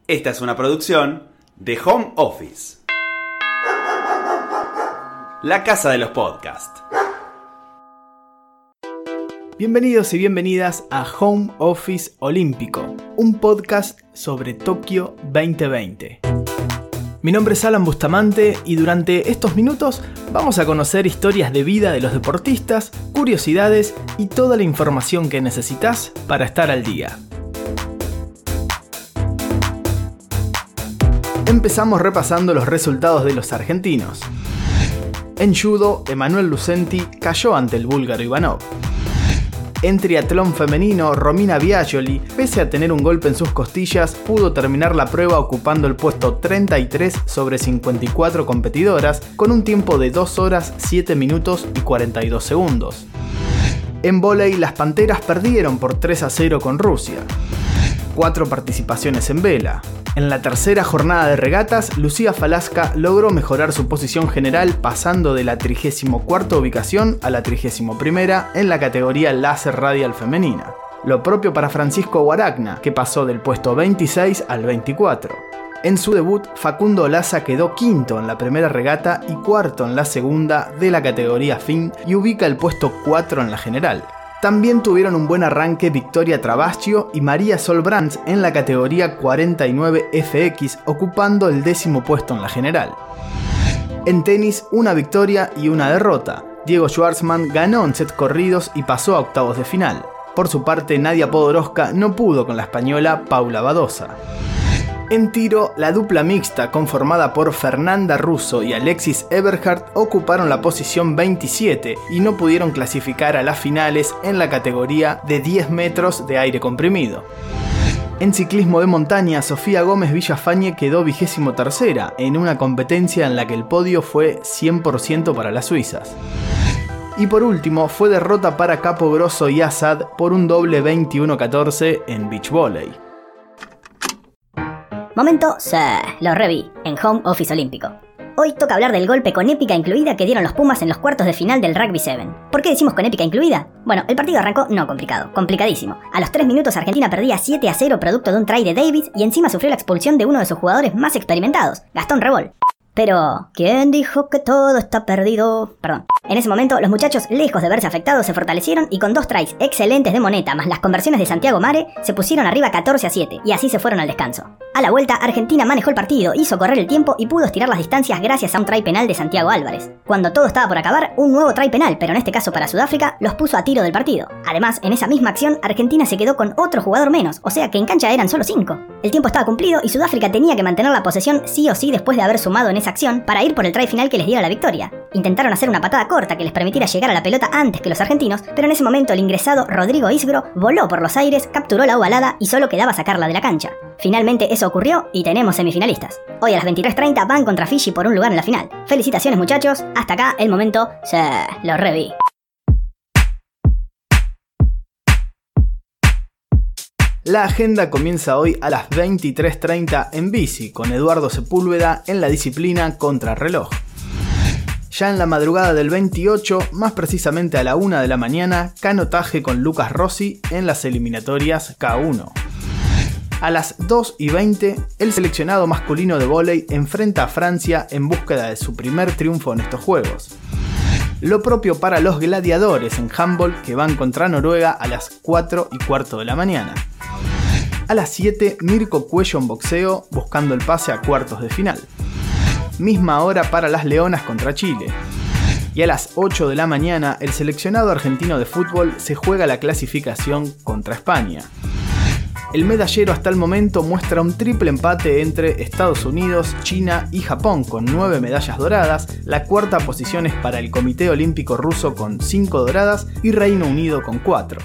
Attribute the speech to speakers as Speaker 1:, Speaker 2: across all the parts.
Speaker 1: Esta es una producción de Home Office, la casa de los podcasts.
Speaker 2: Bienvenidos y bienvenidas a Home Office Olímpico, un podcast sobre Tokio 2020. Mi nombre es Alan Bustamante y durante estos minutos vamos a conocer historias de vida de los deportistas, curiosidades y toda la información que necesitas para estar al día. Empezamos repasando los resultados de los argentinos. En judo, Emanuel Lucenti cayó ante el búlgaro Ivanov. En triatlón femenino, Romina Biagioli, pese a tener un golpe en sus costillas, pudo terminar la prueba ocupando el puesto 33 sobre 54 competidoras, con un tiempo de 2 horas, 7 minutos y 42 segundos. En vóley, las Panteras perdieron por 3-0 con Rusia. 4 participaciones en vela. En la tercera jornada de regatas, Lucía Falasca logró mejorar su posición general pasando de la 34ª ubicación a la 31ª en la categoría láser radial femenina. Lo propio para Francisco Guaragna, que pasó del puesto 26 al 24. En su debut, Facundo Olaza quedó quinto en la primera regata y cuarto en la segunda de la categoría fin y ubica el puesto 4 en la general. También tuvieron un buen arranque Victoria Travascio y María Sol Brands en la categoría 49 FX, ocupando el 10º puesto en la general. En tenis, una victoria y una derrota. Diego Schwartzman ganó en set corridos y pasó a octavos de final. Por su parte, Nadia Podoroska no pudo con la española Paula Badosa. En tiro, la dupla mixta conformada por Fernanda Russo y Alexis Eberhardt ocuparon la posición 27 y no pudieron clasificar a las finales en la categoría de 10 metros de aire comprimido. En ciclismo de montaña, Sofía Gómez Villafañe quedó 23ª en una competencia en la que el podio fue 100% para las suizas. Y por último, fue derrota para Capogrosso y Assad por un doble 21-14 en beach volley.
Speaker 3: Momento, lo reví, en Home Office Olímpico. Hoy toca hablar del golpe con épica incluida que dieron los Pumas en los cuartos de final del Rugby 7. ¿Por qué decimos con épica incluida? Bueno, el partido arrancó no complicado, complicadísimo. A los 3 minutos Argentina perdía 7-0 producto de un try de Davis y encima sufrió la expulsión de uno de sus jugadores más experimentados, Gastón Rebol. Pero, ¿quién dijo que todo está perdido? Perdón. En ese momento, los muchachos, lejos de verse afectados, se fortalecieron y con 2 tries excelentes de Moneta más las conversiones de Santiago Mare, se pusieron arriba 14-7 y así se fueron al descanso. A la vuelta, Argentina manejó el partido, hizo correr el tiempo y pudo estirar las distancias gracias a un try penal de Santiago Álvarez. Cuando todo estaba por acabar, un nuevo try penal, pero en este caso para Sudáfrica, los puso a tiro del partido. Además, en esa misma acción, Argentina se quedó con otro jugador menos, o sea que en cancha eran solo 5. El tiempo estaba cumplido y Sudáfrica tenía que mantener la posesión sí o sí después de haber sumado en esa acción para ir por el try final que les diera la victoria. Intentaron hacer una patada corta que les permitiera llegar a la pelota antes que los argentinos, pero en ese momento el ingresado Rodrigo Isgro voló por los aires, capturó la ovalada y solo quedaba sacarla de la cancha. Finalmente eso ocurrió y tenemos semifinalistas. Hoy a las 23:30 van contra Fiji por un lugar en la final. Felicitaciones muchachos, hasta acá el momento, lo reví.
Speaker 2: La agenda comienza hoy a las 23:30 en bici, con Eduardo Sepúlveda en la disciplina contrarreloj. Ya en la madrugada del 28, más precisamente a la 1 de la mañana, canotaje con Lucas Rossi en las eliminatorias K1. A las 2:20, el seleccionado masculino de vóley enfrenta a Francia en búsqueda de su primer triunfo en estos juegos. Lo propio para los gladiadores en handball que van contra Noruega a las 4:15 de la mañana. A las 7, Mirko Cuello en boxeo buscando el pase a cuartos de final. Misma hora para las Leonas contra Chile. Y a las 8 de la mañana, el seleccionado argentino de fútbol se juega la clasificación contra España. El medallero hasta el momento muestra un triple empate entre Estados Unidos, China y Japón con 9 medallas doradas, la cuarta posición es para el Comité Olímpico Ruso con 5 doradas y Reino Unido con 4.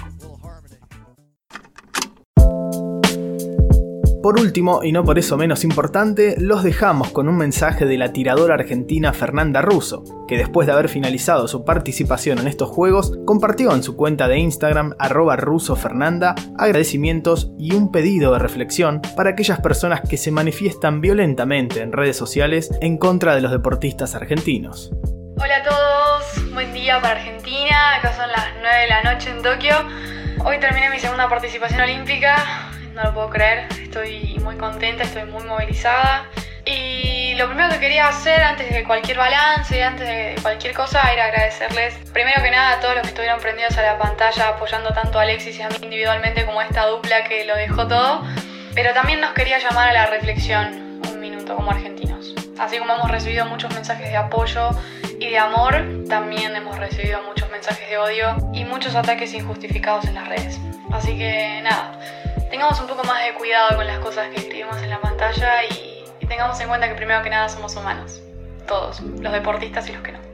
Speaker 2: Por último, y no por eso menos importante, los dejamos con un mensaje de la tiradora argentina Fernanda Russo, que después de haber finalizado su participación en estos juegos, compartió en su cuenta de Instagram @RussoFernanda agradecimientos y un pedido de reflexión para aquellas personas que se manifiestan violentamente en redes sociales en contra de los deportistas argentinos.
Speaker 4: Hola a todos, buen día para Argentina, acá son las 9 de la noche en Tokio. Hoy terminé mi segunda participación olímpica. no lo puedo creer, estoy muy contenta, estoy muy movilizada. Y lo primero que quería hacer antes de cualquier balance, antes de cualquier cosa, era agradecerles primero que nada a todos los que estuvieron prendidos a la pantalla apoyando tanto a Alexis y a mí individualmente como a esta dupla que lo dejó todo. Pero también nos quería llamar a la reflexión un minuto como argentinos. Así como hemos recibido muchos mensajes de apoyo y de amor, también hemos recibido muchos mensajes de odio y muchos ataques injustificados en las redes. Así que nada, tengamos un poco más de cuidado con las cosas que escribimos en la pantalla y tengamos en cuenta que primero que nada somos humanos. Todos, los deportistas y los que no.